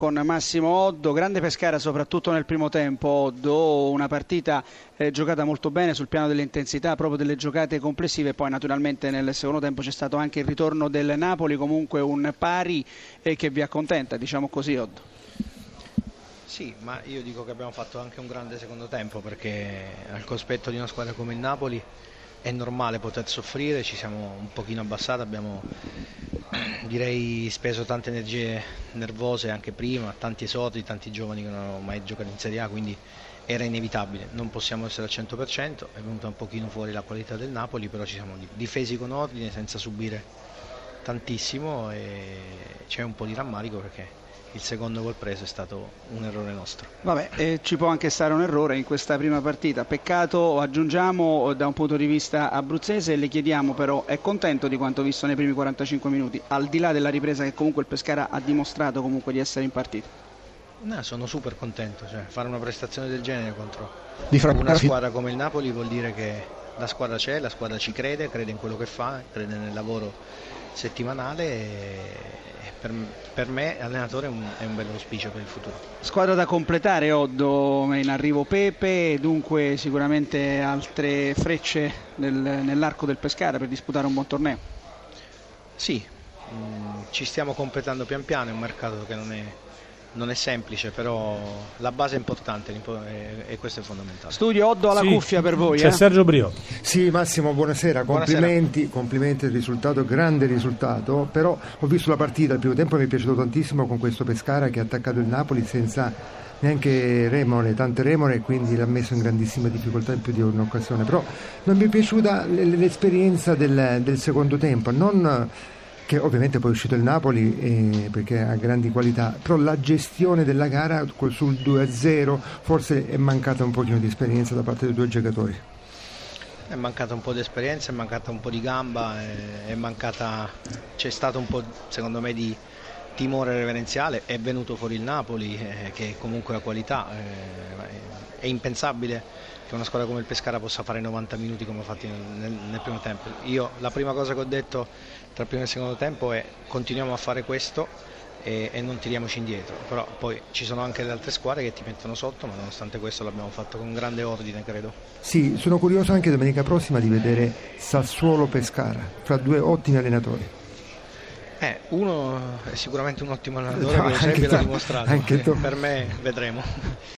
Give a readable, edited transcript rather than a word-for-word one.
Con Massimo Oddo, grande Pescara soprattutto nel primo tempo. Oddo, una partita giocata molto bene sul piano delle intensità, proprio delle giocate complessive. Poi naturalmente nel secondo tempo c'è stato anche il ritorno del Napoli, comunque un pari che vi accontenta, diciamo così, Oddo. Sì, ma io dico che abbiamo fatto anche un grande secondo tempo, perché al cospetto di una squadra come il Napoli è normale poter soffrire. Ci siamo un pochino abbassati, abbiamo direi speso tante energie nervose anche prima, tanti esodi, tanti giovani che non hanno mai giocato in Serie A, quindi era inevitabile, non possiamo essere al 100%, è venuta un pochino fuori la qualità del Napoli, però ci siamo difesi con ordine senza subire tantissimo e c'è un po' di rammarico perché il secondo gol preso è stato un errore nostro. Vabbè, ci può anche stare un errore in questa prima partita, peccato, aggiungiamo, da un punto di vista abruzzese. Le chiediamo però, è contento di quanto visto nei primi 45 minuti, al di là della ripresa che comunque il Pescara ha dimostrato comunque di essere in partita? No, sono super contento, cioè, fare una prestazione del genere contro una una squadra come il Napoli vuol dire che la squadra c'è, la squadra ci crede in quello che fa, crede nel lavoro settimanale e per me allenatore è un bello auspicio per il futuro. Squadra da completare, Oddo, in arrivo Pepe, dunque sicuramente altre frecce nell'arco del Pescara per disputare un buon torneo. Sì, ci stiamo completando pian piano, è un mercato che non è semplice, però la base è importante e questo è fondamentale. Studio Oddo alla cuffia per voi. C'è Sergio Brio. Sì, Massimo, buonasera, complimenti il risultato, grande risultato, però ho visto la partita, il primo tempo mi è piaciuto tantissimo con questo Pescara che ha attaccato il Napoli senza neanche tante remore, e quindi l'ha messo in grandissima difficoltà in più di un'occasione, però non mi è piaciuta l'esperienza del secondo tempo, non che ovviamente poi è uscito il Napoli perché ha grandi qualità, però la gestione della gara sul 2-0 forse è mancata un pochino di esperienza da parte dei due giocatori. È mancata un po' di esperienza, è mancata un po' di gamba, c'è stato un po' secondo me di timore reverenziale. È venuto fuori il Napoli che comunque ha qualità, è impensabile che una squadra come il Pescara possa fare 90 minuti come ha fatto nel primo tempo. Io la prima cosa che ho detto tra il primo e il secondo tempo è: continuiamo a fare questo e non tiriamoci indietro, però poi ci sono anche le altre squadre che ti mettono sotto, ma nonostante questo l'abbiamo fatto con grande ordine, credo. Sì, sono curioso anche domenica prossima di vedere Sassuolo-Pescara fra due ottimi allenatori. Uno è sicuramente un ottimo allenatore, che Eusebio l'ha dimostrato, anche per me vedremo.